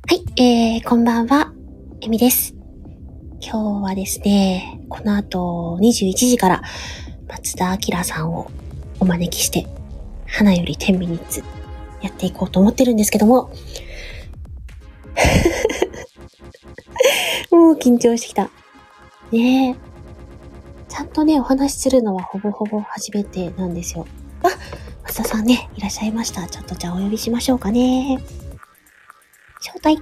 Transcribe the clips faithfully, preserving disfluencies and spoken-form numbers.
はい、えー、こんばんは、えみです。今日はですね、この後にじゅういちじから松田明さんをお招きして、花よりじゅうミニッツやっていこうと思ってるんですけども、もう緊張してきた。ねえ。ちゃんとね、お話しするのはほぼほぼ初めてなんですよ。あ、松田さんね、いらっしゃいました。ちょっとじゃあお呼びしましょうかね。招待。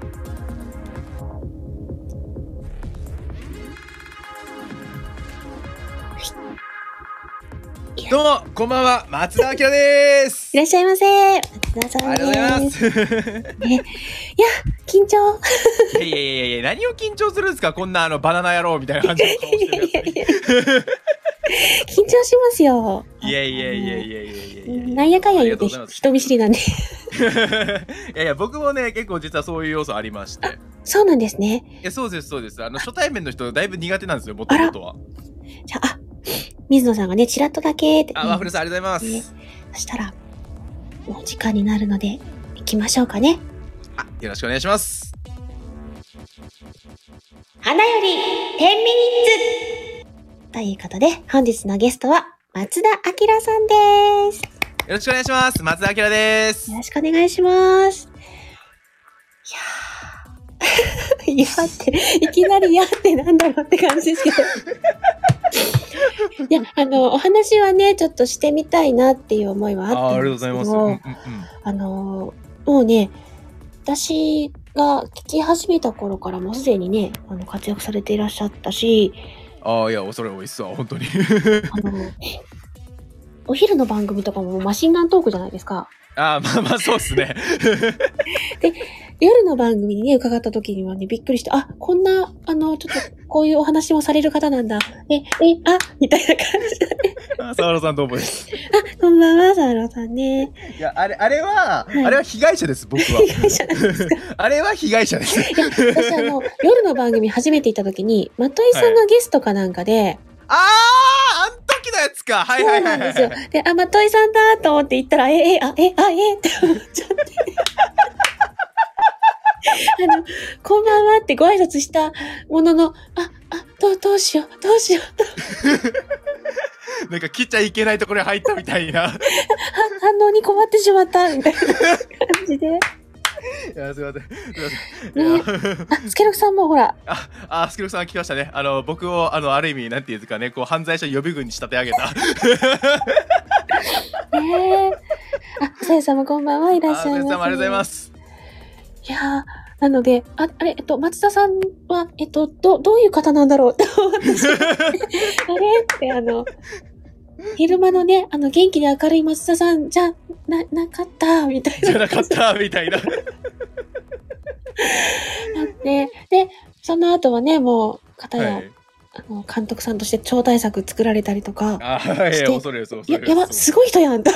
どうも、こんばんは、松田明です。 いらっしゃいませ。松田さんです。 ありがとうございます。 ね、いや、緊張。 いやいやいやいや、何を緊張するんですか、こんなあのバナナ野郎みたいな感じの顔してるやつに。 緊張しますよ。 いやいやいやいやいやいや。 なんやかんや言って人見知りなんで。いやいや、僕もね、結構実はそういう要素ありまして。 そうなんですね。 いや、そうですそうです。あの初対面の人だいぶ苦手なんですよ、もともとは。 じゃあ、あ、水野さんがね、ちらっとだけって。 あ、ワッフルさんありがとうございます。 ね、そしたら、もう時間になるので、行きましょうかね。 あ、よろしくお願いします。 花よりじゅうミニッツということで、本日のゲストは松田明さんです。 よろしくお願いします。松田明です。 よろしくお願いします。いやー。いやって、いきなりやってなんだろうって感じですけど。いや、あの、お話はね、ちょっとしてみたいなっていう思いはあったんですけど、あ、ありがとうございます。うんうんうん、あの、もうね、私が聞き始めた頃からもうすでにね、あの、活躍されていらっしゃったし、 ああ、いや、恐れ多いっすわ、本当に。 あの、お昼の番組とかもマシンガントークじゃないですか。 ああ、まあまあ、そうっすね。 で、夜の番組にね、伺った時にはね、びっくりして、あ、こんな、あの、ちょっと、こういうお話もされる方なんだ。え、え、あ、みたいな感じで。 あ、沢野さんどうもです。 あ、こんばんは、沢野さんね。 いや、あれ、あれは、はい、あれは被害者です、僕は。 被害者なんですか。 あれは被害者です。いや、私あの、夜の番組初めて行った時に、まといさんがゲストかなんかで、はい、 あー、あん時のやつか。はいはいはいはい。 そうなんですよ。で、あ、まといさんだと思って行ったら、え、え、あ、え、あ、え、って思っちゃって。あの、こんばんはってご挨拶したものの、あ、あ、どう、どうしよう、どうしよう。なんか切っちゃいけないところに入ったみたいな。 反応に困ってしまった、みたいな感じで。 いや、すいません。すいません。 ね、あ、スケロクさんもほら。 あ、あ、スケロクさん来ましたね。あの、僕を、あの、ある意味、なんていうんですかね、こう、犯罪者予備軍に仕立て上げた。 ねえ。あ、さやさんもこんばんはいらっしゃいませ。 あ、さやさんもありがとうございます。 いやー、なので、あ、あれ、えっと、松田さんは、えっと、ど、どういう方なんだろうって思って、あれって、あの、昼間のね、あの、元気で明るい松田さんじゃな、なかった、みたいな。 じゃなかった、みたいな。 で、で、その後はね、もう、方や、はい、あの、監督さんとして超大作作られたりとか。 あ、はい、恐れです、恐れです。 やば、すごい人やんと。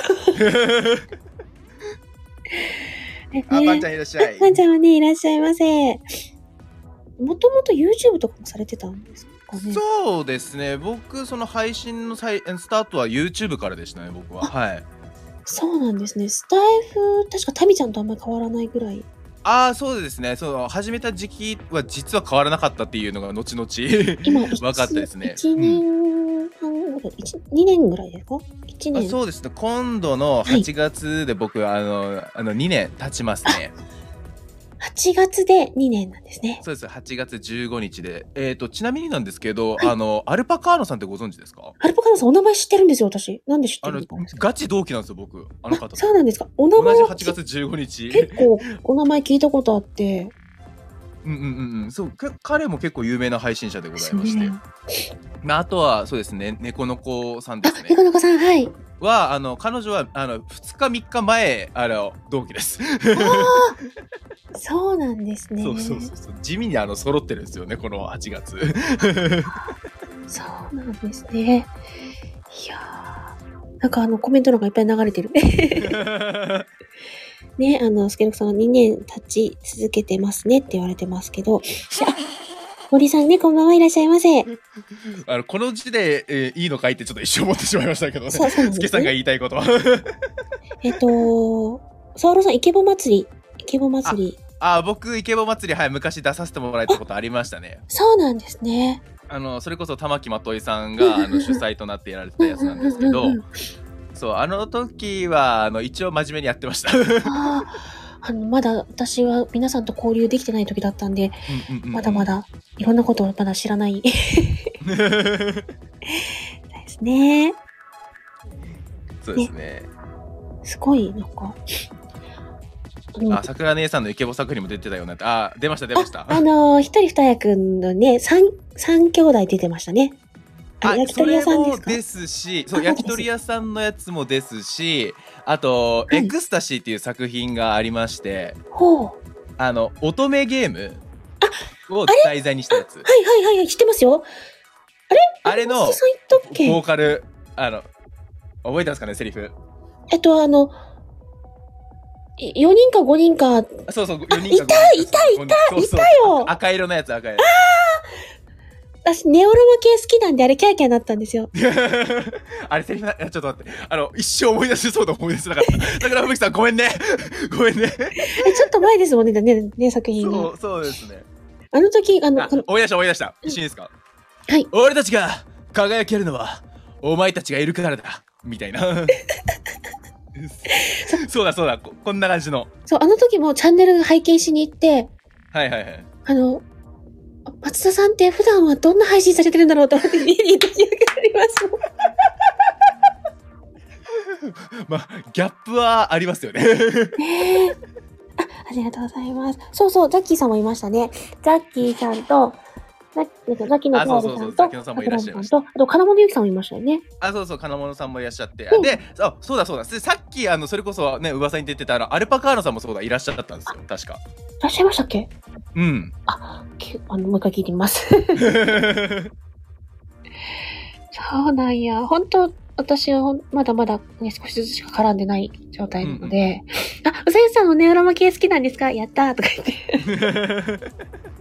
ね、あ、ばんちゃんいらっしゃい。 ばんちゃんはね、いらっしゃいませ。もともと YouTube とかもされてたんですかね。 そうですね。僕、その配信のスタートは YouTube からでしたね、僕は。はい。 そうなんですね。スタイフ、確かタミちゃんとあんまり変わらないぐらい。 ああ、そうですね。その始めた時期は実は変わらなかったっていうのが後々 今分かったですね。 いちねんはんぐらい、にねんぐらいですか？いちねん。 あ、そうですね。今度のはちがつで僕、はい、あのあのにねん経ちますね。 はちがつでにねんなんですね。 そうです。はちがつじゅうごにちで。えっと、ちなみになんですけど、はい、あの、アルパカーノさんってご存知ですか？ アルパカーノさん、お名前知ってるんですよ、私。なんで知ってるんですか？ あの、ガチ同期なんですよ、僕。あの方。 そうなんですか。お名前同じはちがつじゅうごにち。 結構、お名前聞いたことあって。 うんうんうんうん。そう、彼も結構有名な配信者でございまして。まあ、あとは、そうですね、猫の子さんですね。 猫の子さん、はい。 は、あの、彼女は、あの、ふつかみっかまえ、あの、同期です。 そうなんですね。 そうそうそうそう。地味にあの、揃ってるんですよね、このはちがつ。 そうなんですね。いやー、なんかあの、コメント欄がいっぱい流れてる。ね、あの、スケロクさんはにねん経ち続けてますねって言われてますけど、森さんね、こんばんはいらっしゃいませ。 あの、この字で、えー、いいのかいってちょっと一瞬思ってしまいましたけどね。 そうそうなんですね。 スケさんが言いたいことは。 えっと、サワロさん、イケボ祭り、イケボ祭り。 あ、僕イケボ祭り、はい、昔出させてもらえたことありましたね。 そうなんですね。 あのそれこそ玉木まといさんがあの主催となってやられてたやつなんですけど、そうあの時はあの一応真面目にやってました。 ああ、あのまだ私は皆さんと交流できてない時だったんで、 うんうんうんうん、 まだまだいろんなことをまだ知らないですね。 そうですね。 すごいなんか。 あ、桜姉さんのイケボ作品も出てたような。あ、出ました出ました。 あ、あのー、一人二役のね、三三兄弟出てましたね。 あ、焼き鳥屋さんですか？ですし、そう焼き鳥屋さんのやつもですし、あと、はい、エクスタシーっていう作品がありまして、 ほう、 あの乙女ゲームを題材にしたやつ。 はいはいはい、知ってますよ。あれ？ あれのボーカル、あの覚えてますかね、セリフ。 えっとあの。よにんかごにんか。 そうそう、よにんかごにんか。 いたいたいたいたよ。 赤色のやつ、赤色。 ああ、私ネオロマ系好きなんであれキャーキャーなったんですよ。 あれセリフな、ちょっと待って、あの一生思い出せそうと思い出せなかった。だからふぶきさんごめんね、ごめんね。 え、ちょっと前ですもんね、ね、ね作品が。 そうそうですね。 あの時あのあ思い出した思い出した。一緒にいいですか？ はい。 俺たちが輝けるのはお前たちがいるからだみたいな。そうだそうだ、こ、こんな感じの。そう、 あの時もチャンネル拝見しに行って、 はいはいはい。 あの、松田さんって普段はどんな配信されてるんだろうと思って見に行った記憶があります。まあ、ギャップはありますよね。 ねえ。あ、ありがとうございます。そうそう、ザッキーさんもいましたね。ザッキーさんと、ザッキーのトワルさんと、ザキのさんもいらっしゃいました。あと、金物ゆきさんもいましたよね。 あ、そうそう、金物さんもいらっしゃって。で、あ、そうだそうだ。さっき、あの、それこそね、噂に出てた、あの、アルパカーノさんもそうだ、いらっしゃったんですよ、確か。 いらっしゃいましたっけ？ うん。 あ、あの、もう一回聞いてみます。そうなんや。本当私はまだまだね、少しずつしか絡んでない状態なので、うんうん、あ、うさぎさんのネオロマ系好きなんですか？やったーとか言って。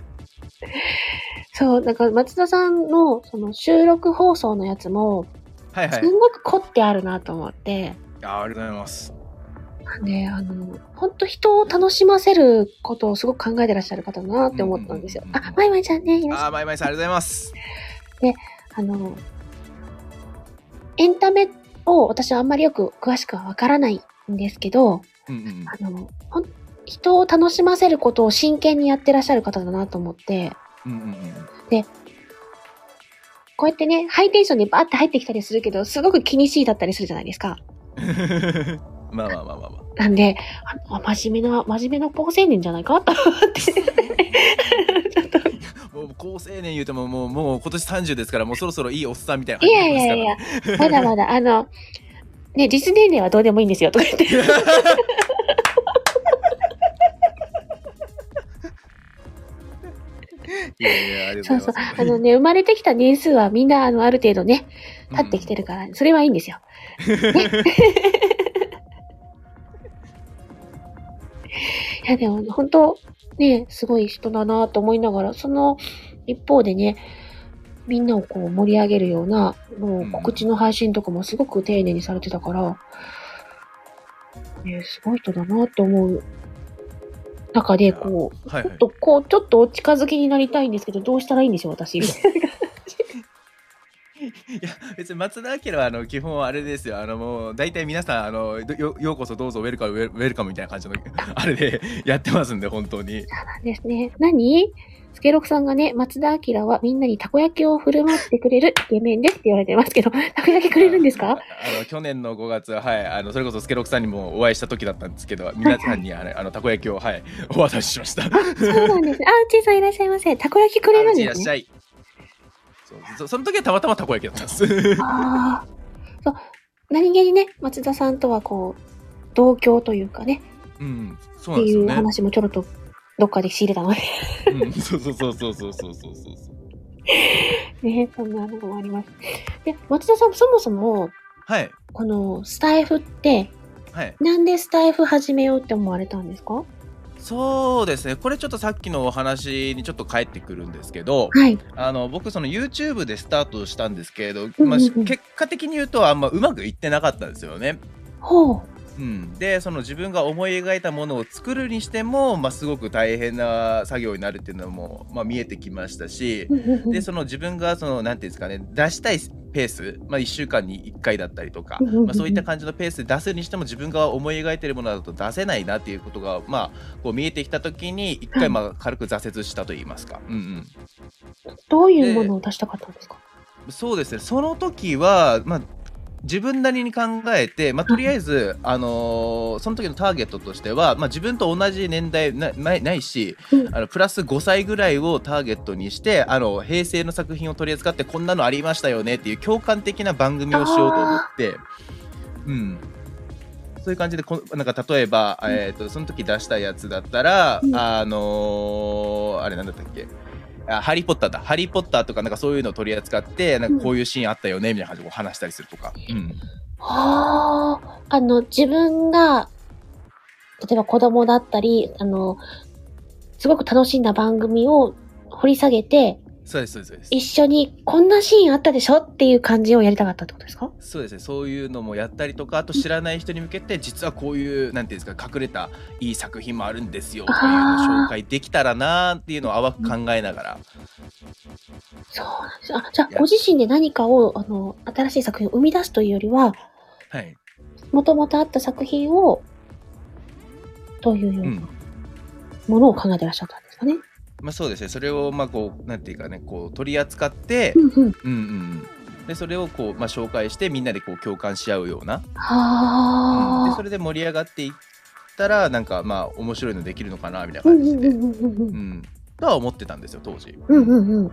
そう、なんか松田さんのその収録放送のやつも、はいはい、すごく凝ってあるなと思って。 あ、ありがとうございます。 ね、あの、本当人を楽しませることをすごく考えてらっしゃる方だなって思ったんですよ。あ、まいまいちゃんね。 あ、まいまいさんありがとうございます。 で、あの、エンタメを私はあんまりよく詳しくはわからないんですけど、うんうん、あの、ほん人を楽しませることを真剣にやってらっしゃる方だなと思って、うんうんうん、で、こうやってね、ハイテンションでバーって入ってきたりするけど、すごく気にしいだったりするじゃないですか。 まあまあまあまあまあ。 なんで、あ、真面目な、真面目な高青年じゃないかと思って。 もう高青年言うても、もう、もう今年さんじゅうですから、もうそろそろいいおっさんみたいな。 いやいやいや、まだまだ、あの、ね、実年齢はどうでもいいんですよ、とか言って。 いやいや、ありがとうございます。 そうそう。あのね、生まれてきた年数はみんな、あの、ある程度ね、経ってきてるから、うん、それはいいんですよ。ね、いや、でも、本当ね、すごい人だなと思いながら、その一方でね、みんなをこう盛り上げるような、もう告知の配信とかもすごく丁寧にされてたから、ね、すごい人だなって思う中で、こう、はいはい、ちょっと、こう、ちょっとお近づきになりたいんですけど、どうしたらいいんでしょう、私。 いや別に松田明はあの基本あれですよ、あのもう大体皆さんあの よ, ようこそどうぞウェルカムウェルカムみたいな感じのあれでやってますんで、本当に。 そうなんですね。何スケロクさんがね、松田明はみんなにたこ焼きを振る舞ってくれるイケメンですって言われてますけど、たこ焼きくれるんですか？ あの去年のごがつ、はい、あのそれこそスケロクさんにもお会いした時だったんですけど、皆さんにあの、あのたこ焼きを、はい、お渡ししました。 そうなんですね。あ、うちさんいらっしゃいませ。たこ焼きくれるんですね。いらっしゃい。 そう、その時はたまたまたこ焼きだったんです。 ああ、そう、何気にね、松田さんとはこう同郷というかね、 うん、そうなんですよね。 っていう話もちょろっとどっかで仕入れたので、 うん、そうそうそうそうそうそうそうそう。 ね、そんなのもあります。で、松田さんそもそも、 はい、 このスタイフって、はい、なんでスタイフ始めようって思われたんですか？ そうですね、これちょっとさっきのお話にちょっと返ってくるんですけど、 はい、 あの僕その YouTube でスタートしたんですけれど、うんうんうん、まあ、結果的に言うとあんまうまくいってなかったんですよね。 ほう。 うん、でその自分が思い描いたものを作るにしても、まあ、すごく大変な作業になるっていうのも、まあ、見えてきましたし、 うんうんうんでその自分がそのなんていうんですかね、出したいペース、まあ、いっしゅうかんにいっかいだったりとか、 うんうんうんうんまあ、そういった感じのペースで出すにしても自分が思い描いているものだと出せないなっていうことが、まあ、こう見えてきた時に一回まあ軽く挫折したと言いますか。うんうん、 どういうもでのを出したかったんですか？ そうですね、その時は、まあ、自分なりに考えて、まあ、とりあえず、あのーその時のターゲットとしては、まあ、自分と同じ年代なないないし、 うんあのプラスごさいぐらいをターゲットにしてあの平成の作品を取り扱ってこんなのありましたよねっていう共感的な番組をしようと思って、うん、そういう感じでこなんか例えば、 うんえー、とその時出したやつだったら、 うんあのーあれなんだったっけ、あハリー・ポッターだハリー・ポッターとかなんかそういうのを取り扱ってなんかこういうシーンあったよねみたいな感じでこう話したりするとか、うんはあ、あの、自分が、例えば子供だったり、あの、すごく楽しんだ番組を掘り下げて、 そうですそうですそうです一緒にこんなシーンあったでしょっていう感じをやりたかったってことですか？ そうですね、そういうのもやったりとか、あと知らない人に向けて実はこういうなんていうんですか隠れたいい作品もあるんですよとかいうのを紹介できたらなーっていうのを淡く考えながら、 そうなんです。あ、じゃあ、 いやご自身で何かを、あの、新しい作品を生み出すというよりは、 はい、 もともとあった作品を、というようう、 なんものを考えてらっしゃったんですかね。 まあそうですね、それをまあこうなんていうかねこう取り扱って、 うんうん。 うんうんうんでそれをこうまあ紹介してみんなでこう共感し合うような、うん、ではあ。 それで盛り上がっていったらなんかまあ面白いのできるのかなみたいなうん感じで、 うんうんうんうんう。 うんん、とは思ってたんですよ当時。 うんうんうん。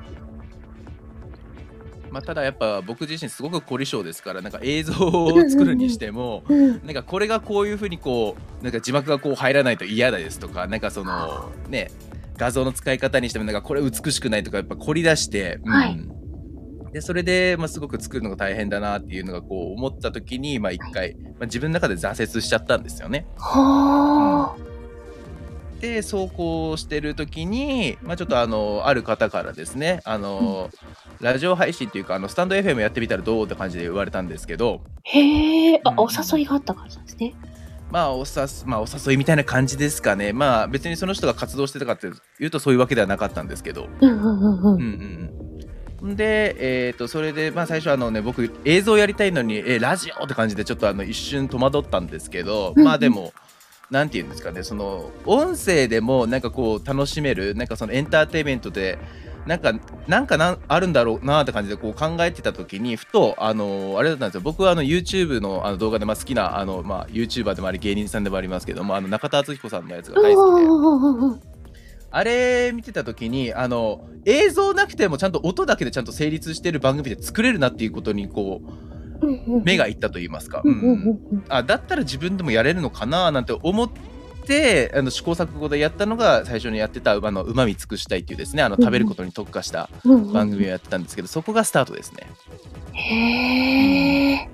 まあ、ただやっぱ僕自身すごく凝り性ですからなんか映像を作るにしてもうん。 なんかこれがこういう風にこうなんか字幕がこう入らないと嫌だですとかなんかそのね画像の使い方にしてもなんかこれ美しくないとかやっぱ凝り出して、うんはいでそれでまあすごく作るのが大変だなっていうのがこう思った時にまあ一回、まあ、自分の中で挫折しちゃったんですよね。 はあ。 でそうこうしてる時に、まあ、ちょっとあのある方からですねあの、ラジオ配信っていうかあのスタンド エフエム やってみたらどうって感じで言われたんですけど、 へえ、あ、 うんお誘いがあった感じなんですね。 まあおさす、まあ、お誘いみたいな感じですかね。まあ別にその人が活動してたかっていうとそういうわけではなかったんですけど、 うんうんうんう。 うんんうん、で、えー、とそれで、まあ、最初あのね僕映像やりたいのにえラジオって感じでちょっとあの一瞬戸惑ったんですけど、 うんうんまあでもなんていうんですかねその音声でもなんかこう楽しめるなんかそのエンターテインメントでなんかなんかなんあるんだろうなって感じでこう考えてた時にふとあのあれだったんですよ。僕はあの YouTube のあの動画でまあ好きなあのまあ YouTuber でもあり芸人さんでもありますけどもあの中田敦彦さんのやつが大好きで、 うんうんうんうん。 あれ見てた時にあの映像なくてもちゃんと音だけでちゃんと成立してる番組で作れるなっていうことにこううんうんうん。 目がいったと言いますか、 ううんんうんうんうん。 あだったら自分でもやれるのかななんて思ってあの試行錯誤でやったのが最初にやってたあのうまみ尽くしたいっていうですねあの食べることに特化したうんうん番組をやってたんですけどそこがスタートですね。 へえ。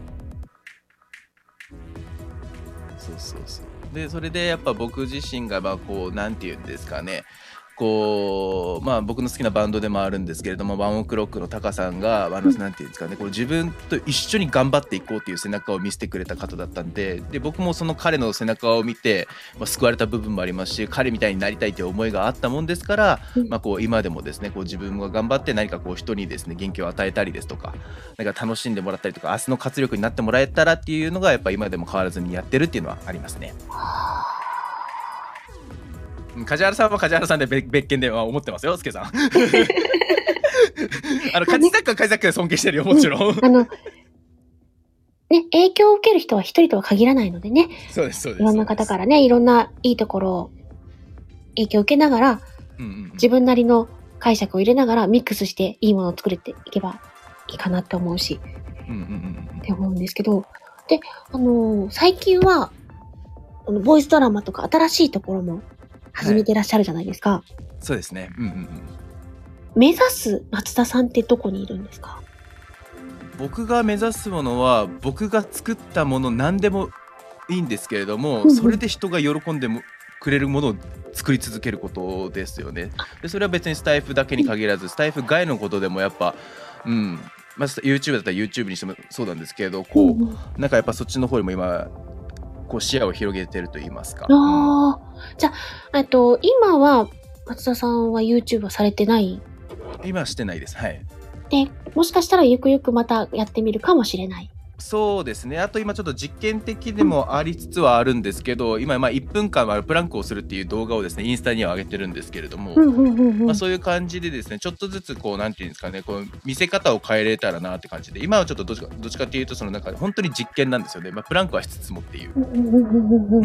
そうそうそうでそれでやっぱ僕自身がまあこうなんて言うんですかねこうまあ僕の好きなバンドでもあるんですけれどもワンオクロックのタカさんがあのうんなんていうんですかねこう自分と一緒に頑張っていこうっていう背中を見せてくれた方だったんでで僕もその彼の背中を見て、まあ、救われた部分もありますし彼みたいになりたいという思いがあったもんですから、 うんまあ、こう今でもですねこう自分が頑張って何かこう人にですね元気を与えたりですとかなんか楽しんでもらったりとか明日の活力になってもらえたらっていうのがやっぱ今でも変わらずにやってるっていうのはありますね。うん梶原さんは梶原さんで別別件では思ってますよ、すけさん。あの、梶作は梶作で尊敬してるよ、もちろん。 あの、ね、影響を受ける人は一人とは限らないのでね、 そうです、そうです。 いろんな方からね、いろんないいところを影響を受けながら、 うんうんうん、 自分なりの解釈を入れながらミックスしていいものを作れていけばいいかなって思うし、 うんうんうんって思うんですけど、で、あのー最近は、あのボイスドラマとか新しいところも始めてらっしゃるじゃないですか。 そうですね。うんうんうん。 目指す松田さんってどこにいるんですか？ 僕が目指すものは僕が作ったもの何でもいいんですけれども、 うんうんそれで人が喜んでもくれるものを作り続けることですよね。でそれは別にスタイフだけに限らずスタイフ外のことでもやっぱ、うんまあ、YouTube だったら YouTube にしてもそうなんですけれどこう、 うんうんなんかやっぱそっちの方にも今こう視野を広げてると言いますか。うん、 ああ。じゃあ、えっと、今は、松田さんは YouTube はされてない今はしてないです。はい。 で、もしかしたらゆくゆくまたやってみるかもしれない。 そうですね。あと今ちょっと実験的でもありつつはあるんですけど、今まあいっぷんかんはプランクをするっていう動画をですね、インスタには上げてるんですけれども、 うんうんうんうん。 まあ、そういう感じでですね、ちょっとずつこうなんていうんですかね、こう見せ方を変えれたらなって感じで、今はちょっとどっちかどっちかっていうとそのなんか本当に実験なんですよね。まあ、プランクはしつつもっていう。 うんうんうんうんうん。 うんうんうん。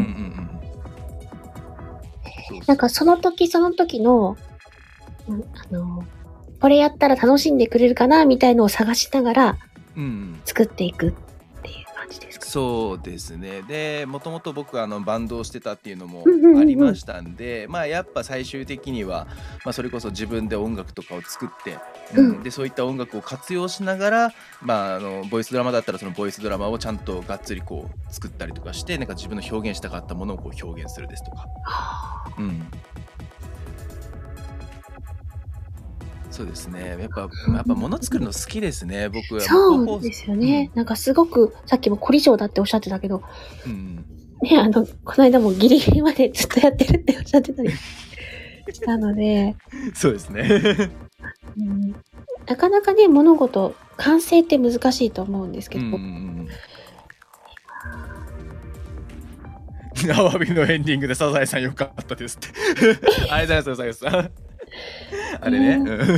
そうそう。 なんかその時その時の、うんあの、これやったら楽しんでくれるかなみたいのを探しながらうんうん。 作っていくっていう感じですか。 そうですね。で、もともと僕あのバンドをしてたっていうのもうんうんうんうんありましたんで、まあやっぱ最終的には、まあ、それこそ自分で音楽とかを作って、ううんん、でそういった音楽を活用しながら、まあ、あのボイスドラマだったらそのボイスドラマをちゃんとがっつりこう作ったりとかして、なんか自分の表現したかったものをこう表現するですとか、 はあ。 うん、そうですね。やっぱやっぱ物作るの好きですね。僕はもう高校、 そうですようね。 ん、 なんかすごく、さっきも凝り性だっておっしゃってたけど、 うん、 ね、あの、この間もギリギリまでずっとやってるっておっしゃってたりしたので、 そうですね。 うん、なかなかね、物事、完成って難しいと思うんですけど、 うんうんうん。アワビのエンディングでサザエさん良かったですってありがとうございますサザエさんあれね、 ねうん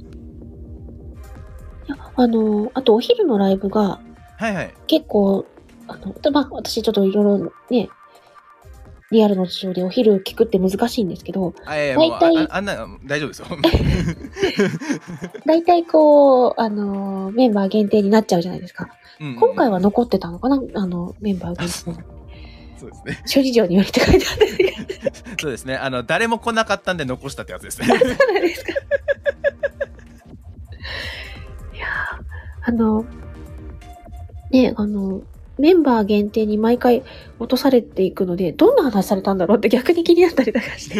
いやあの、あとお昼のライブがはいはい。 結構、あの、まあ、私ちょっといろいろね、リアルの事情でお昼聞くって難しいんですけど、 あ、いやいやもうあ大体ああんな大丈夫ですよ大体こう、あの、メンバー限定になっちゃうじゃないですか。 うんうんうん、 今回は残ってたのかなあの、メンバー限定。 そうですね。 諸事情によりって書いてあるんですけど。 そうですね。あの誰も来なかったんで残したってやつですね。 そうなんですか。いやーあの、ね、あの、メンバー限定に毎回落とされていくので、どんな話されたんだろうって逆に気になったりとかして、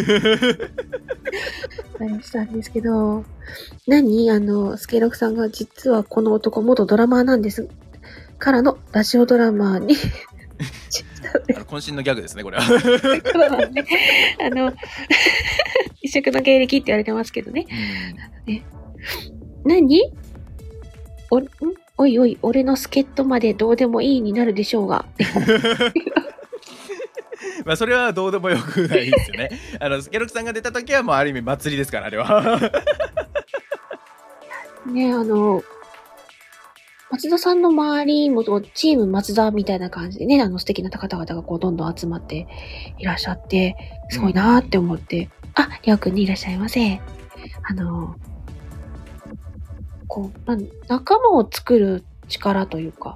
あれしたんですけど、何あの、スケロクさんが実はこの男元ドラマーなんですからのラジオドラマーにあの渾身のギャグですねこれは。 そうなんね。あの、異色の芸歴って言われてますけどね。ね何お、んおいおい、俺の助っ人までどうでもいいになるでしょうが。 まあそれはどうでもよくないですよね。あのスケロクさんが出た時はもうある意味祭りですからあれは。 ね、あの、松田さんの周りもチーム松田みたいな感じでね、あの素敵な方々がこうどんどん集まっていらっしゃって、すごいなーって思って、あ、りょうくんにいらっしゃいませ。あの、こう、ま仲間を作る力というか、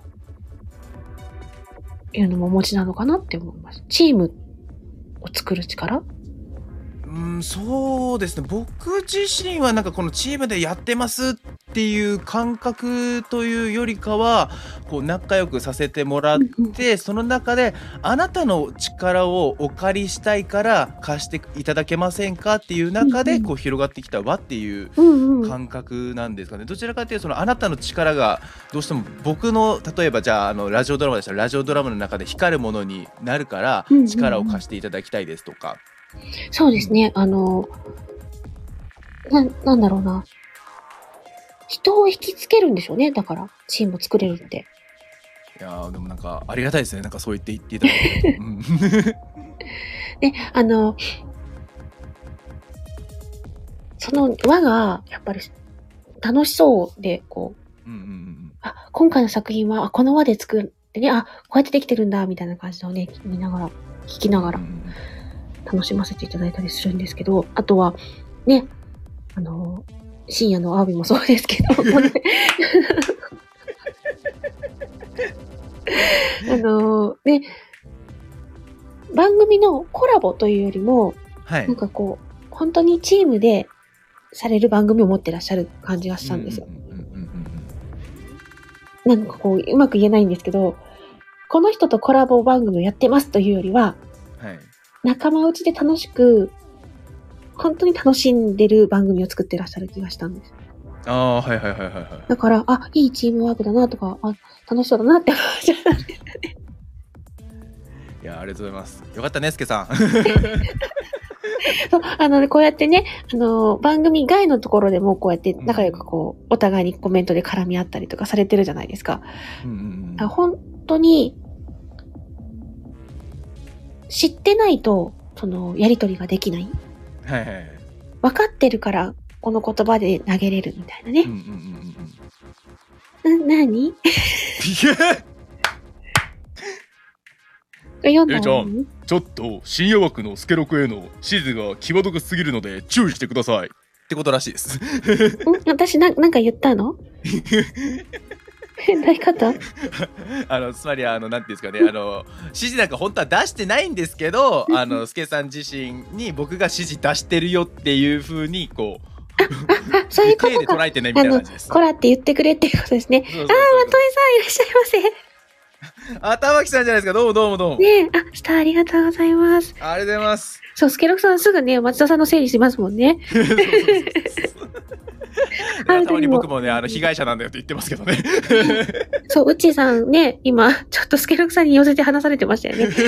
いうのもお持ちなのかなって思います。チームを作る力うん、そうですね。僕自身はなんかこのチームでやってますっていう感覚というよりかは、こう仲良くさせてもらっうんうんて、その中であなたの力をお借りしたいから貸していただけませんかっていう中うんうんでこう広がってきた輪っていううんうん。 感覚なんですかね。どちらかというとそのあなたの力がどうしても僕の例えばじゃああのラジオドラマでしたらラジオドラマの中で光るものになるからうんうんうん力を貸していただきたいですとか。 そうですね。あの、な、なんだろうな。人を引きつけるんでしょうね。だから、チームを作れるって。 いやーでもなんかありがたいですね。なんかそう言って言っていただけると。うんで、あの、その輪が、やっぱり楽しそうで、こう、 うんうんうんあ、今回の作品は、あ、この輪で作ってね、あ、こうやってできてるんだ、みたいな感じのね、見ながら、聞きながらうんうん楽しませていただいたりするんですけど、あとは、ね、あの、深夜のアワビもそうですけど、あの、ね、番組のコラボというよりも、 はいなんかこう、本当にチームでされる番組を持ってらっしゃる感じがしたんですよ。 うんうんうんうんうんなんかこう、うまく言えないんですけど、この人とコラボ番組をやってますというよりは、 はい仲間内で楽しく、本当に楽しんでる番組を作ってらっしゃる気がしたんです。 ああはいはいはいはいはい。 だから、あ、いいチームワークだなとか、あ、楽しそうだなって思っちゃったんですよね。 いや、ありがとうございます。よかったね、すけさん。 そう、あの、こうやってね、あの、番組外のところでもこうやって仲良くこう、お互いにコメントで絡み合ったりとかされてるじゃないですか。 うんうんうん、 本当に、知ってないと、その、やりとりができない。 はいはいはい。 分かってるから、この言葉で投げれるみたいなね。 うんうんうんうん。 な、なに読んだえいちゃん、ちょっと深夜枠のスケロクへの指示が際どくすぎるので注意してくださいってことらしいです。 ん私な、なんか言ったの？どういうことあの、つまり、あの、なんていうんですかね、あの、指示なんか本当は出してないんですけど、あの、スケさん自身に僕が指示出してるよっていう風に、こう、 あ、そういうことか。 手で捉えてないみたいな感じです。 こらって言ってくれっていうことですね。 そうそうそう、 ああ、まといさんいらっしゃいませ。 あ、玉木さんじゃないですか。どうもどうもどうも。 ねえ、あ、スターありがとうございます。 ありがとうございます。 そう、スケロクさんすぐね、松田さんの整理しますもんね。 そうそうそうそうたまに僕もね、あの、被害者なんだよって言ってますけどね。 そう、うっちーさんね、今、ちょっとスケロクさんに寄せて話されてましたよね。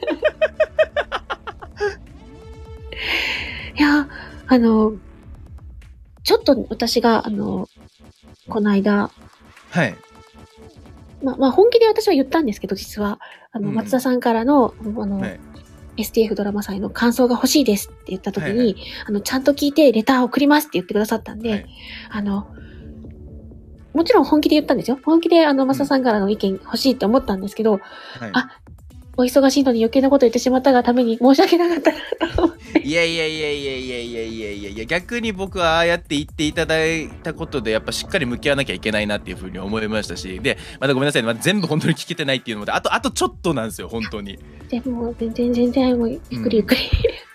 いや、あの、ちょっと私が、あの、この間、 はい。 ま、まあ、本気で私は言ったんですけど、実は、あの、 うん、 松田さんからの、あの、はい、エスティーエフ ドラマ祭の感想が欲しいですって言った時に、はいはい、あの、ちゃんと聞いてレターを送りますって言ってくださったんで、はい、あの、もちろん本気で言ったんですよ。本気で、あの、松田さんからの意見欲しいって思ったんですけど、はい、あ、お忙しいのに余計なこと言ってしまったがために申し訳なかったなと思って。 いやいやいやいやいやいやいやいやいや、逆に僕はああやって言っていただいたことで、やっぱしっかり向き合わなきゃいけないなっていうふうに思いましたし、で、またごめんなさいね、まあ、全部本当に聞けてないっていうので、あと、あとちょっとなんですよ、本当に。 でも、全然全然、もう、ゆっくりゆっくり。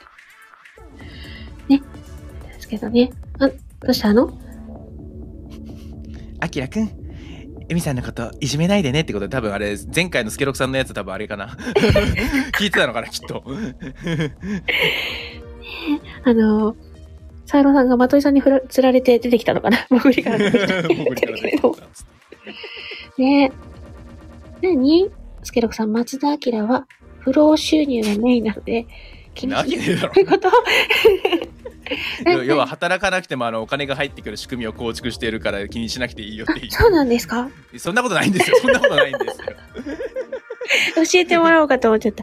うん、ね。ですけどね。あ、どうしたの？ あきらくん。エミさんのこといじめないでねってことで、多分あれ前回のスケロクさんのやつ多分あれかな聞いてたのかなきっとあのサイロさんがまといさんにふらつられて出てきたのかな潜りから出てきた潜りから出てきたねえ、何スケロクさん、松田明は不労収入がメインなので気にしない。どういうこと要は働かなくてもあのお金が入ってくる仕組みを構築しているから気にしなくていいよっていう。 そうなんですか？ そんなことないんですよ。そんなことないんですよ。 教えてもらおうかと思っちゃった。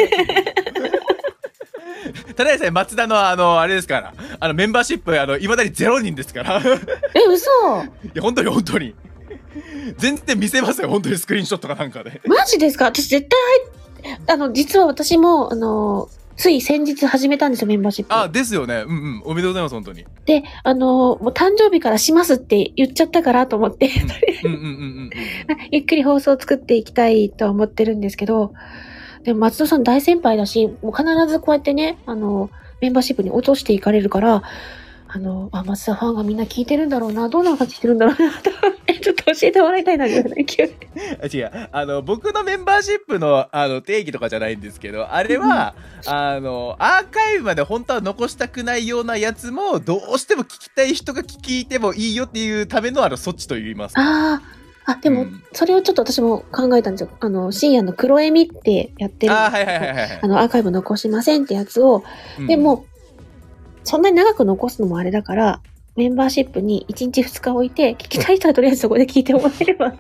ただでさえ松田のあのあれですから、あのメンバーシップあの未だにゼロ人ですから。 え、嘘？ いや本当に本当に。全然見せますよ本当にスクリーンショットかなんかで。 マジですか？私絶対入っあの実は私もあの。つい先日始めたんですよ、メンバーシップ。 あ、ですよね。うんうん。おめでとうございます、本当に。 で、あのー、もう誕生日からしますって言っちゃったからと思って、 うんうんうんうん。 ゆっくり放送を作っていきたいと思ってるんですけど、でも松戸さん大先輩だし、もう必ずこうやってね、あのー、メンバーシップに落としていかれるから、あのー、あ、松田ファンがみんな聞いてるんだろうな、どんな感じしてるんだろうな、と思って、ちょっと教えてもらいたいな、みたいな勢い。 違う。あの、僕のメンバーシップの、あの、定義とかじゃないんですけど、あれは、うん、あの、アーカイブまで本当は残したくないようなやつも、どうしても聞きたい人が聞いてもいいよっていうための、あの、措置と言います。 ああ。あ、でも、うん、それをちょっと私も考えたんですよ。あの、深夜の黒エミってやってる。 あ、はいはいはいはい。 あの、アーカイブ残しませんってやつを、うん、でも、そんなに長く残すのもあれだから、メンバーシップにいちにちふつか置いて、聞きたい人はとりあえずそこで聞いてもらえれば。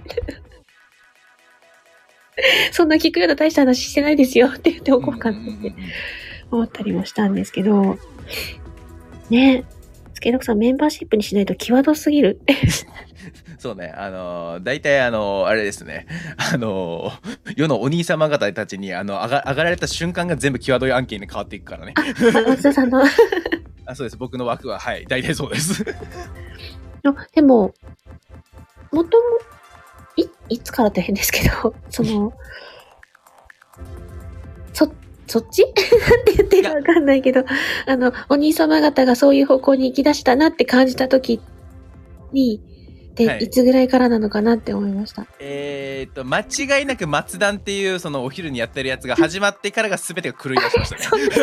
そんな聞くような大した話してないですよって言っておこうかなって思ったりもしたんですけど、ねえ、スケロクさんメンバーシップにしないと際どすぎる。 そうね、あのー、大体あのー、あれですね、あのー、世のお兄様方たちにあの上が上がられた瞬間が全部際どい案件に変わっていくからね。 あ、松田さんのあ、そうです、僕の枠ははい大体そうです。 でももともいいつからって変ですけど、そのそそっちなんて言っていいかわかんないけど、あのお兄様方がそういう方向に行き出したなって感じた時に。で、はい、いつぐらいからなのかなって思いました。 えーっと、間違いなく松段っていうそのお昼にやってるやつが始まってからが全てが狂い出しましたね。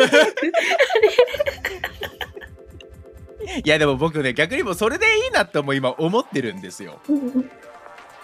いやでも僕ね、逆にもうそれでいいなっても今思ってるんですよ。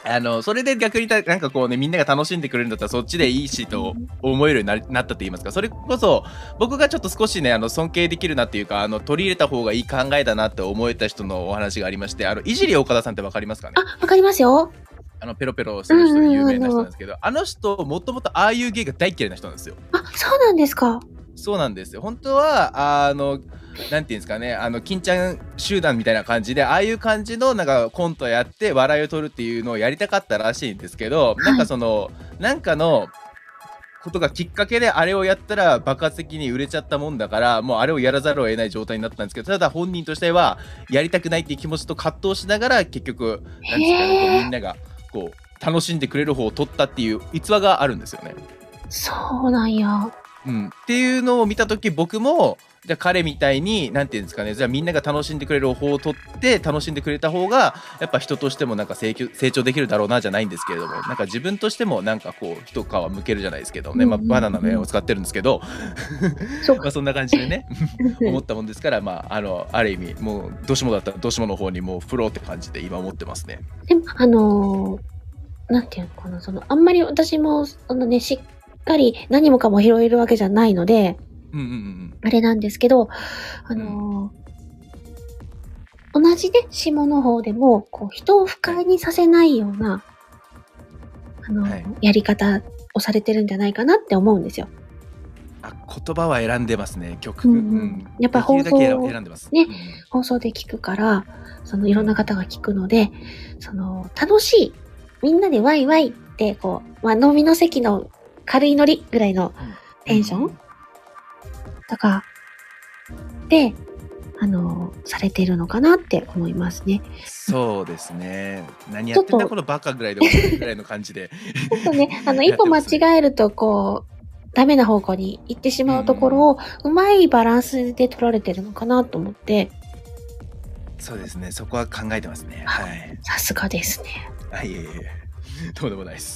あのそれで逆にたなんかこうねみんなが楽しんでくれるんだったらそっちでいいしと思えるようにななったと言いますか、それこそ僕がちょっと少しねあの尊敬できるなっていうか、あの取り入れた方がいい考えだなって思えた人のお話がありまして、あのいじり岡田さんってわかりますかね。 あ、わかりますよ。 あのペロペロする人で有名な人うんうんうん、 なんですけど、あの人もともとああいう芸が大嫌いな人なんですよ。 あ、そうなんですか。 そうなんですよ。本当はあのなんていうんですかね、あの金ちゃん集団みたいな感じでああいう感じのなんかコントやって笑いを取るっていうのをやりたかったらしいんですけど、 いなんかそのなんかのことがきっかけであれをやったら爆発的に売れちゃったもんだから、もうあれをやらざるを得ない状態になったんですけど、ただ本人としてはやりたくないっていう気持ちと葛藤しながら結局なんですかね、こうみんながこう楽しんでくれる方を取ったっていう逸話があるんですよね。 そうなんや。 うん、っていうのを見た時僕もじゃあ彼みたいになんていうんですかね、じゃあみんなが楽しんでくれる方を取って楽しんでくれた方がやっぱ人としてもなんか成長成長できるだろうなじゃないんですけれども、なんか自分としてもなんかこう一皮むけるじゃないですけどね、まあ、バナナの絵を使ってるんですけどそうまあそんな感じでね思ったもんですから、まああのある意味もうどうしもだったらどうしもの方にもう振ろうって感じで今思ってますね。 でも、あのー、なんていうのかな、その、あんまり私も、そのね、しっかり何もかも拾えるわけじゃないので、 うんうんうんあれなんですけど、あのー、同じね、下の方でも、こう、人を不快にさせないような、あのーはいやり方をされてるんじゃないかなって思うんですよ。 あ、言葉は選んでますね、曲、 うんうんやっぱできるだけ放送選んでますねうん放送で聞くから、そのいろんな方が聞くので、その楽しい、みんなでワイワイってこう、まあ飲みの席の軽いノリぐらいのテンションとかで、あの、されているのかなって思いますね。 そうですね。何やってんだこのバカぐらいで終わるぐらいの感じで。 ちょっとね、あの、一歩間違えるとこう、ダメな方向に行ってしまうところを、うまいバランスで取られてるのかなと思って、 そうですね。そこは考えてますね。はい。 さすがですね。 あ、いえいえ。どうでもないです。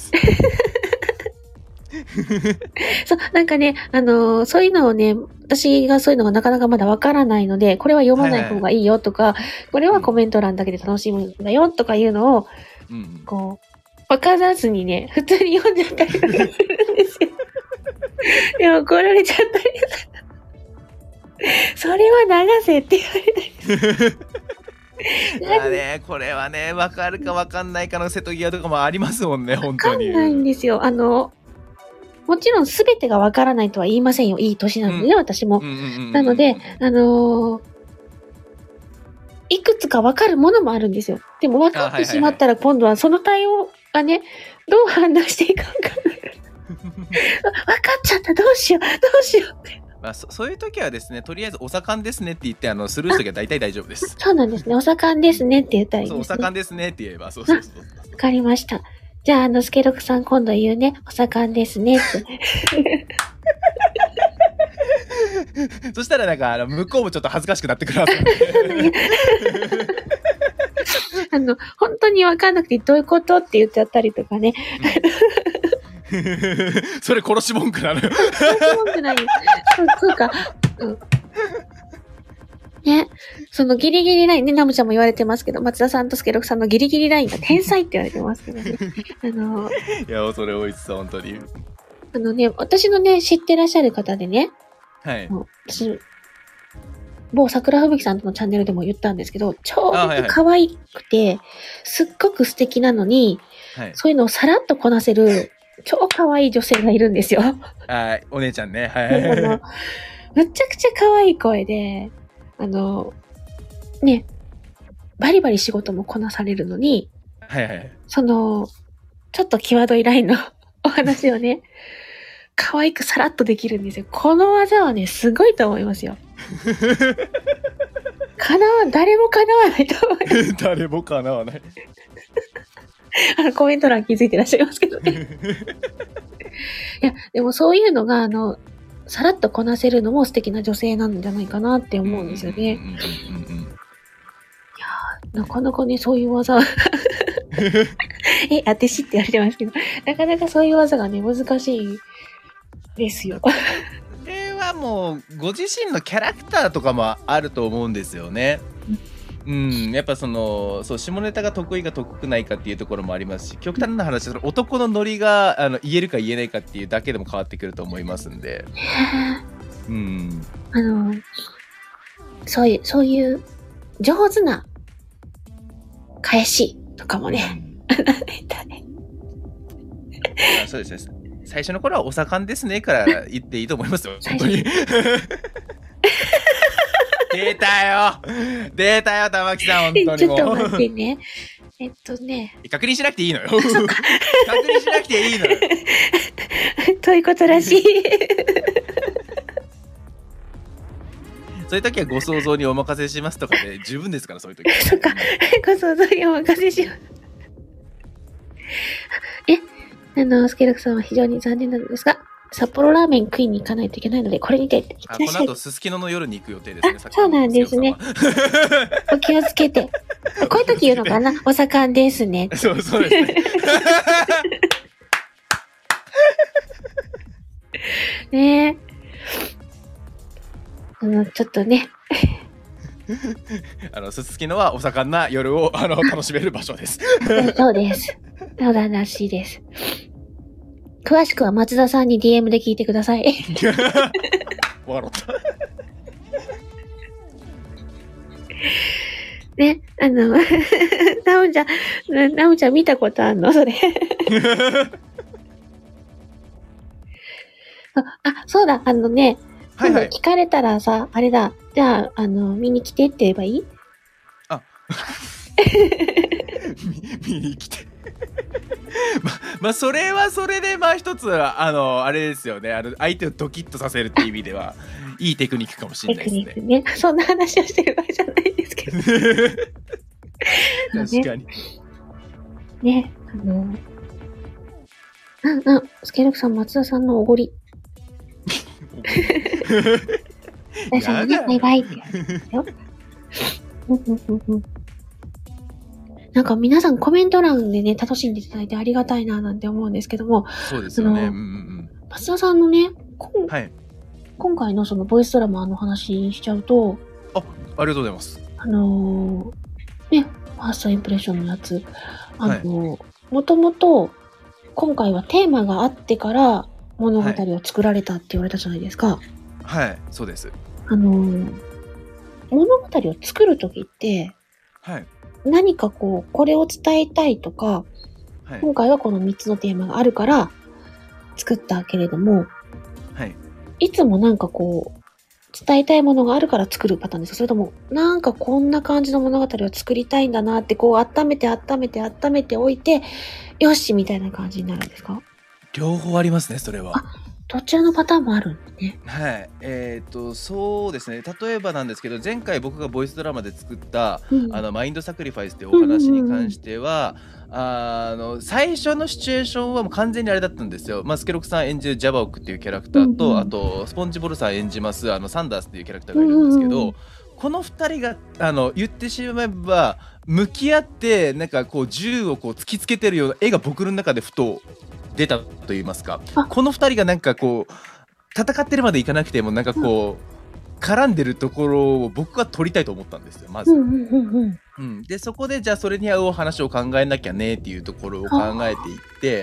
そう、なんかね、あのーそういうのをね、私がそういうのがなかなかまだわからないので、これは読まない方がいいよとか、これはコメント欄だけで楽しむんだよとかいうのを、 うんうん。 こう、わからずにね、普通に読んじゃったりとかするんですよ。でも怒られちゃったりとか。それは流せって言われたり。 まあね、これはね、わかるかわかんないかの瀬戸際とかもありますもんね、本わか当に。 んないんですよ。あの、もちろん全てがわからないとは言いませんよ。いい年なのでね、私も。 うんうんうんうんなので、あのーいくつかわかるものもあるんですよ。でも分かってしまったら今度はその対応がね、どう判断していいか分かんないから。分かっちゃった、どうしよう、どうしようって。 まあ、そそういう時はですね、とりあえずお盛んですねって言ってあのスルーしときゃ大体大丈夫です。 そうなんですね。お盛んですねって言ったらいいそう、おですね。 盛んですねって言えば、そうそうそうそう。 わかりました。じゃあ、あの、スケロクさん今度言うね、お盛んですねって。 そしたらなんかあの向こうもちょっと恥ずかしくなってくるはずなんであの、本当にわかんなくてどういうことって言っちゃったりとかね。 それ殺し文句なのよ。 そう文句ないよ。そう、そうか。うん。ね。そのギリギリラインね、ナムちゃんも言われてますけど、松田さんとスケロクさんのギリギリラインが天才って言われてますけどね。あの、 いや、恐れ多いっす、本当に。 あのね、私のね、知ってらっしゃる方でね、 はい。 もう私、某桜吹雪さんとのチャンネルでも言ったんですけど、超あはいはい可愛くて、すっごく素敵なのに、 はい。 そういうのをさらっとこなせる、超可愛い女性がいるんですよ。 あお姉ちゃんね。はあのい。 むちゃくちゃ可愛い声で、あの、ね、バリバリ仕事もこなされるのに、 はいはい。 その、ちょっと際どいラインのお話をね、可愛くさらっとできるんですよ。この技はね、すごいと思いますよ。かなわ、誰もかなわないと思います。 誰もかなわない。 あの、コメント欄気づいてらっしゃいますけどね。いや、でもそういうのが、あの、さらっとこなせるのも素敵な女性なんじゃないかなって思うんですよね。 うんうんうんうんうんなかなかね、そういう技え、当てしって言われてますけど、なかなかそういう技がね、難しいですよ。 これはもうご自身のキャラクターとかもあると思うんですよね。 うん、やっぱその、そう、下ネタが得意か得ないかっていうところもありますし、極端な話、その男のノリがあの言えるか言えないかっていうだけでも変わってくると思いますんで。うん。 あの、そういう、そういう上手な返しとかもね。 あ、そうですね。最初の頃はお盛んですねから言っていいと思いますよ。本当に。出たよ出たよ玉木さん、本当にもう。 ちょっと待ってね。えっとね。 確認しなくていいのよ。確認しなくていいのよ。 ということらしい。 そういう時はご想像にお任せしますとかで十分ですから、そういう時は。 そっか。ご想像にお任せします。え、あの、スケルクさんは非常に残念なのですが、札幌ラーメン食いに行かないといけないので、これにて。 あ、この後、すすきのの夜に行く予定ですね。 そうなんですね。お気をつけて。こういう時言うのかなお盛んですね。 そう、そうですね。 ねえ。あの、ちょっとね。 あの、すすきのはお盛んな夜をあの楽しめる場所です。 そうです。そうだらしいです。詳しくは松田さんに ディーエム で聞いてください。 笑った。 ね、あの、ナオちゃん、ナオちゃん見たことあんのそれ。あ、あ、そうだ、あのね、 はいはい、 聞かれたらさ、あれだ、じゃあ、あの、見に来てって言えばいい？ あ、見に来て。ま、まあ、それはそれで、まあ、一つ、あの、あれですよね。あの、相手をドキッとさせるっていう意味では、いいテクニックかもしれないですね。 テクニックね。そんな話をしてる場合じゃないんですけど。 確かに。 ね、あの、あ、あ、スケルクさん、松田さんのおごり。大丈夫ね、バイバイってやつよ。なんか皆さんコメント欄でね、楽しんでいただいてありがたいななんて思うんですけども。 そうですよね。うんうんうん。 松田さんのね、 はい、 今回のそのボイスドラマの話しちゃうと。 あ、ありがとうございます。 あのー、ね、ファーストインプレッションのやつ。あのー、はい、もともと今回はテーマがあってから物語を作られたって言われたじゃないですか。 はい、はい、そうです。 あのー、物語を作るときって、 はい、 何かこう、これを伝えたいとか、はい、今回はこのみっつのテーマがあるから作ったけれども、はい、いつもなんかこう、伝えたいものがあるから作るパターンですか？それとも、なんかこんな感じの物語を作りたいんだなって、こう、温めて温めて温めておいて、よしみたいな感じになるんですか？ 両方ありますね、それは。 あ、どちらのパターンもあるんですね。 はい。えっと、そうですね。例えばなんですけど、前回僕がボイスドラマで作った、うん、あの、マインドサクリファイスっていうお話に関しては、あの、最初のシチュエーションはもう完全にあれだったんですよ。まあ、スケロクさん演じるジャバオクっていうキャラクターと、うんうん、あと、スポンジボルさん演じます、あの、サンダースっていうキャラクターがいるんですけど、うんうん、このふたりが、あの、言ってしまえば、向き合って、なんかこう、銃をこう突きつけてるような絵が僕の中でふと出たと言いますか。このふたりがなんかこう、戦ってるまでいかなくてもなんかこう、うん、絡んでるところを僕は撮りたいと思ったんですよ、まず。うんうんうんうん、でそこでじゃあそれに合う話を考えなきゃねっていうところを考えていって、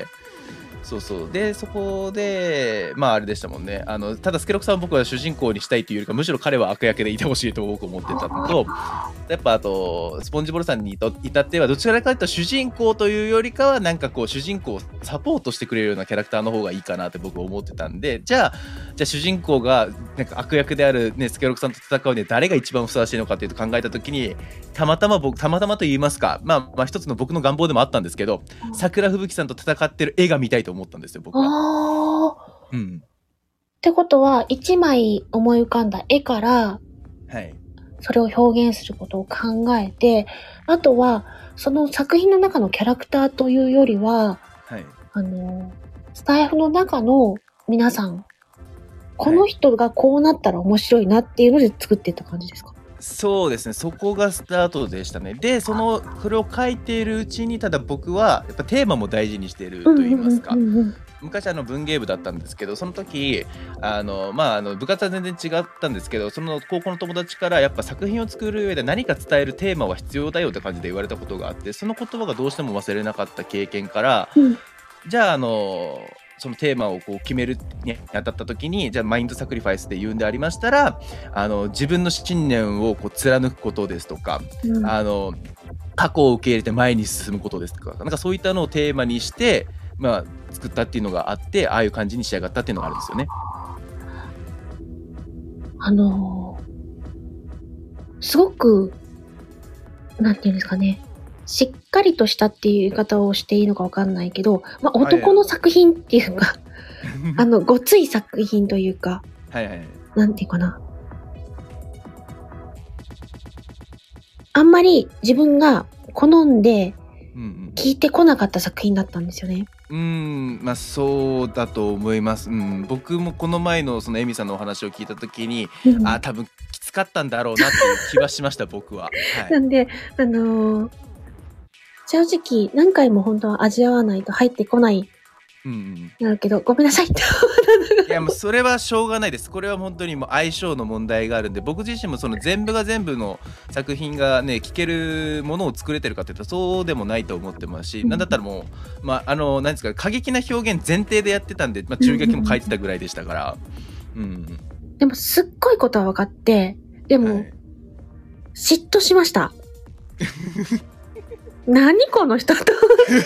そうそうでそこでまああれでしたもんね。あのただスケロクさんは僕は主人公にしたいというよりかむしろ彼は悪役でいてほしいと僕思ってたのと、やっぱあとスポンジボルさんに至ってはどちらかというと主人公というよりかはなんかこう主人公をサポートしてくれるようなキャラクターの方がいいかなって僕は思ってたんで、じゃあじゃあ主人公がなんか悪役である、ね、スケロクさんと戦うには誰が一番ふさわしいのかっていうと考えた時にたまたま僕たまたまと言いますか、まあ、まあ一つの僕の願望でもあったんですけど、桜吹雪さんと戦ってる絵が見たいと思ったんですよ僕は。 あうん、 ってことは一枚思い浮かんだ絵から、はい、それを表現することを考えて、あとはその作品の中のキャラクターというよりは、はい、あのスタイフの中の皆さん、この人がこうなったら面白いなっていうので作っていった感じですか？ そうですね、そこがスタートでしたね。で、そのこれを書いているうちに、ただ僕はやっぱテーマも大事にしていると言いますか、 うんうんうんうん昔あの文芸部だったんですけど、その時あのまああの部活は全然違ったんですけど、その高校の友達からやっぱ作品を作る上で何か伝えるテーマは必要だよって感じで言われたことがあって、その言葉がどうしても忘れなかった経験から、 うんじゃああのそのテーマをこう決めるにあたった時に、じゃあマインドサクリファイスで言うんでありましたら、あの自分の信念をこう貫くことですとか、 うんあの過去を受け入れて前に進むことですとか、なんかそういったのをテーマにして、まあ、作ったっていうのがあって、ああいう感じに仕上がったっていうのがあるんですよね。 あのーすごく、なんていうんですかね、しっかりとしたっていう言い方をしていいのかわかんないけど、まあ、 はい男の作品っていうか、あの、ごつい作品というか、 はいはいはい。 なんていうかな。あんまり自分が好んでうんうん聞いてこなかった作品だったんですよね。 うーん、まあそうだと思います。うん、僕もこの前のそのエミさんのお話を聞いたときに、 うんあ、多分きつかったんだろうなっていう気はしました、僕は。は。 ないんで、あのー正直何回も本当は味わわないと入ってこないうんうん。 なるけど、ごめんなさいって。 いやもうそれはしょうがないです。これは本当にもう相性の問題があるんで、僕自身もその全部が全部の作品がね聞けるものを作れてるかっていうとそうでもないと思ってますし、 うんなんだったらもうまああの何ですか、過激な表現前提でやってたんで、まあ、中劇も書いてたぐらいでしたから、うん、 でもすっごいことは分かって、でも、 うんはい、 嫉妬しました。何この人と。ちょ、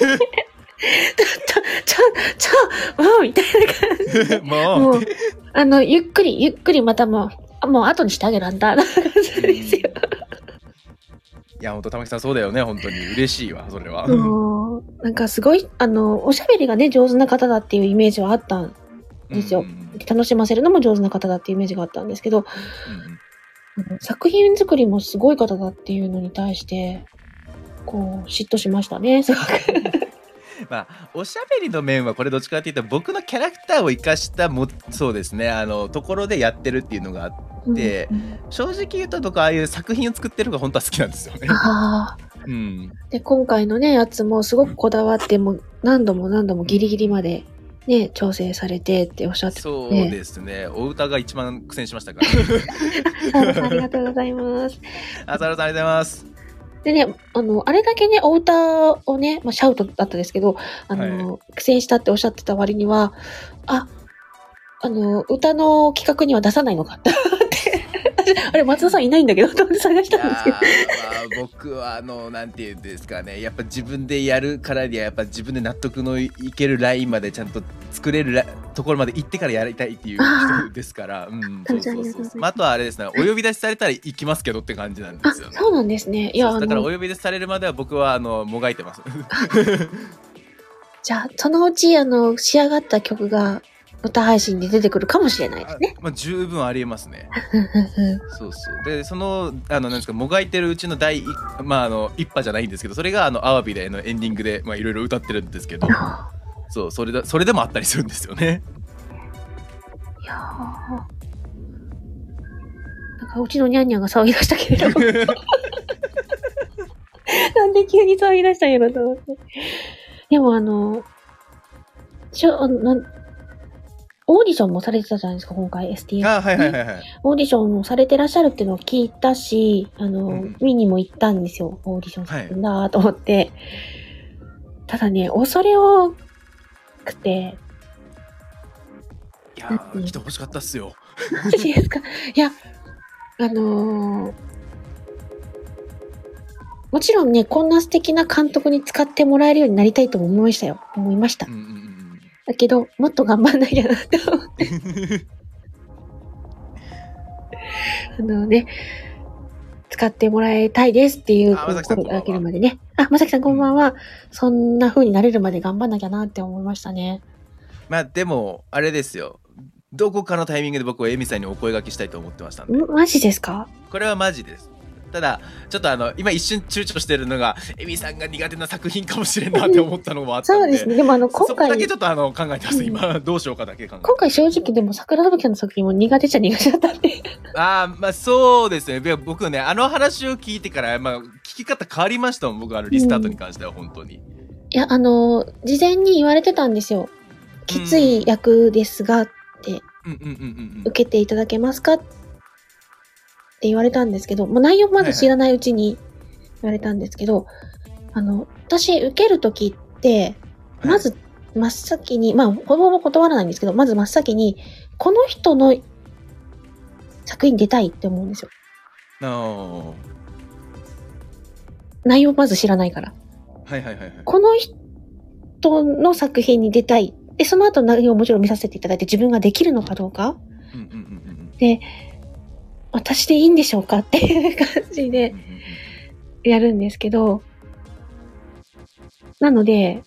ちょ、ちょ、もうみたいな感じで。 もうもう、あの、ゆっくり、ゆっくりまたもう、あもう後にしてあげるあんた、な感じですよ。 いや本当玉木さんそうだよね、本当に嬉しいわそれは。 もう、なんかすごい、あの、おしゃべりがね、上手な方だっていうイメージはあったんですよ。 うんうんうん楽しませるのも上手な方だっていうイメージがあったんですけど、 うんうんあの作品作りもすごい方だっていうのに対して、こう、嫉妬しましたね、すごく。 まあおしゃべりの面はこれどっちかっていうと僕のキャラクターを生かしたもそうですね、あのところでやってるっていうのがあって、 うんうん正直言うととかああいう作品を作ってるのが本当は好きなんですよね。 ああ。 うん、 で、今回のね、やつもすごくこだわって、もう何度も何度もギリギリまでね、調整されてっておっしゃってたそうので。 ですね。お歌が一番苦戦しましたから。 サラさんありがとうございます。 あ、サラさんありがとうございます。 でね、あの、あれだけね、お歌をね、まあ、シャウトだったですけど、あの、苦戦したっておっしゃってた割には、あ、あの、歌の企画には出さないのかって思って。あれ、松田さんいないんだけど、と思って探しいやたんですけど。 ー、まあ、僕はあのなんていうんですかね、やっぱ自分でやるからにはやっぱ自分で納得のいけるラインまでちゃんと作れるラところまで行ってからやりたいっていう人ですから、うん、そうそうそうそう。まあ、あとはあれですね、お呼び出しされたら行きますけどって感じなんであ、 すよね。 そうなんですね。いや、 そうだからおあの、 呼び出しされるまでは僕はあのもがいてます。 じゃあ、そのうち、あの、仕上がった曲が歌配信で出てくるかもしれないですね。 まあ十分ありえますね。そうそう。で、その、あの、なんですか、もがいてるうちの第一、まあ、あの、一波じゃないんですけど、それが、あの、アワビでのエンディングで、まあ、いろいろ歌ってるんですけど、そう、それだ、それでもあったりするんですよね。 いやー。なんか、うちのニャンニャンが騒ぎ出したけれど。なんで急に騒ぎ出したんやろと思って。でも、あの、しょ、あの、なんオーディションもされてたじゃないですか、今回 エスティーエス。 あ、はいはいはいはい。 オーディションもされてらっしゃるっていうのを聞いたし、あの、 うん見にも行ったんですよ。オーディションされてんだと思って。ただね、恐れ多くて。 いやー、来てほしかったっすよ。 マジですか？いや、あのー、もちろんね、こんな素敵な監督に使ってもらえるようになりたいとも思いましたよ。思いました。 うんうんうん。 だけど、もっと頑張んなきゃなって思って。あのね、使ってもらいたいですっていうあまさきさん声がけるまでね。あ、まさきさんこんばんは。そんな風になれるまで頑張んなきゃなって思いましたね。 まあ、でも、あれですよ。どこかのタイミングで僕はエミさんにお声掛けしたいと思ってましたんで。 んマジですか？ これはマジです。 ただちょっとあの今一瞬躊躇してるのがエミさんが苦手な作品かもしれんなって思ったのもあったんで、 そうですね。でもあの、今そこだ回、 けちょっとあの考えてます、 うん今どうしようかだけ考えて今回正直でも桜吹雪さんの作品も苦手っちゃ苦手だったんで。 ああまあそうですね。いや僕ねあの話を聞いてから、まあ、聞き方変わりましたもん僕あのリスタートに関しては本当に、 いや、あの、事前に言われてたんですよ。きつい役ですが、って、 うんうんうんうんうん受けていただけますかって言われたんですけど、もう内容まだ知らないうちに言われたんですけど、あの、私、受けるときって、まず、真っ先に、まあ、ほぼほぼ断らないんですけど、まず真っ先に、この人の作品に出たいって思うんですよ。 あー内容まず知らないから。 はいはいはいはいこの人の作品に出たい。で、その後内容をもちろん見させていただいて自分ができるのかどうか。 うんうんうんうんで、私でいいんでしょうかっていう感じでうんうんやるんですけど、なので、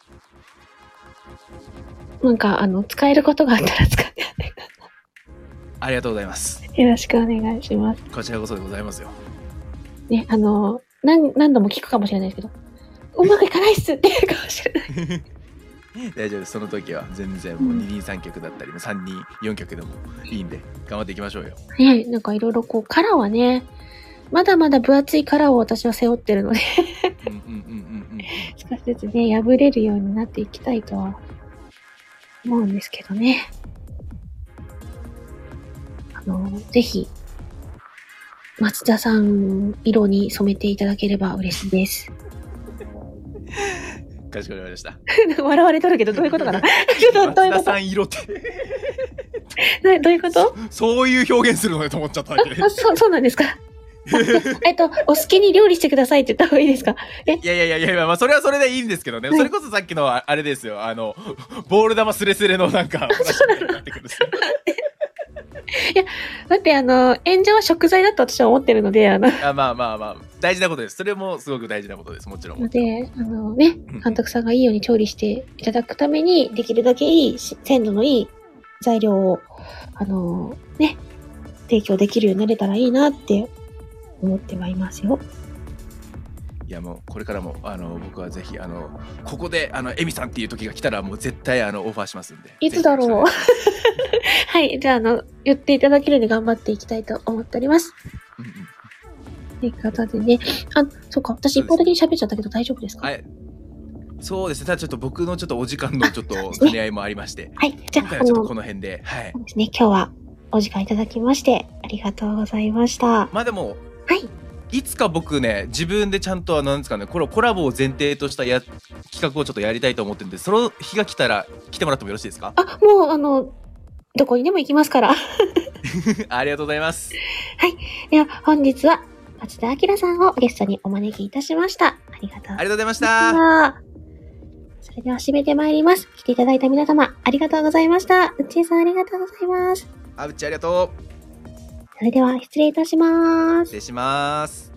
なんか、あの、使えることがあったら使ってやってくださありがとうございます。 い。よろしくお願いします。 こちらこそでございますよ。 ね、あの、何、何度も聞くかもしれないですけど、うまくいかないっすって言うかもしれない。 大丈夫です。その時は全然もう二人三脚だったり、三人四脚でもいいんで頑張っていきましょうよ。 ね、なんかいろいろこう、カラーはね、まだまだ分厚いカラーを私は背負ってるので、 うんうんうんうんうん少しずつね、破れるようになっていきたいとは思うんですけどね。あの、ぜひ、松田さん色に染めていただければ嬉しいです。 かしこまりました。 笑われとるけど、どういうことかなどういう松田ことさん色ってなどういうことそういう表現するのねと思っちゃっただけで。 あ、そう、そうなんですか。えっと、お好きに料理してくださいって言った方がいいですか？え、 いやいやいやいや、まあそれはそれでいいんですけどね。 はいそれこそさっきのああれですよ。あのボール球スレスレのなんか話みたいになってくるんですよ。 だってあの、演者は食材だと私は思ってるので、あの、 あまあまあまあ大事なことです。それもすごく大事なことです。もちろん。 ので、あのね、監督さんがいいように調理していただくために、できるだけいいし、鮮度のいい材料を、あのね、提供できるようになれたらいいなって思ってはいますよ。 いやもうこれからもあの僕はぜひあのここであのエミさんっていう時が来たらもう絶対あのオファーしますんで。 いつだろうぜひよろしくお願いしはい、じゃあ、あの、言っていただけるように頑張っていきたいと思っております。 ますうんうんということでね、あ、そうか、私一方的に喋っちゃったけど大丈夫ですか？ はい。そうですね。ただちょっと僕のちょっとお時間のちょっと兼ね合いもありまして、 はい、じゃあ、あの、 今回はちょっとこの辺で、はい。 そうですね、今日はお時間いただきましてありがとうございました。はまあでもい、 いつか僕ね自分でちゃんとあのなんですかねこれコラボを前提としたや企画をちょっとやりたいと思ってるんで、その日が来たら来てもらってもよろしいですか？ あ、もう、あの、どこにでも行きますから。 ありがとうございます。 では、本日は、松田明さんをゲストにお招きいたしました。ありがとうありがとうございましございた。 ました。それでは締めてまいります。来ていただいた皆様、ありがとうございました。うっちーさんありがとうございます。 あうちありがとう。 それでは、失礼いたします。 失礼します。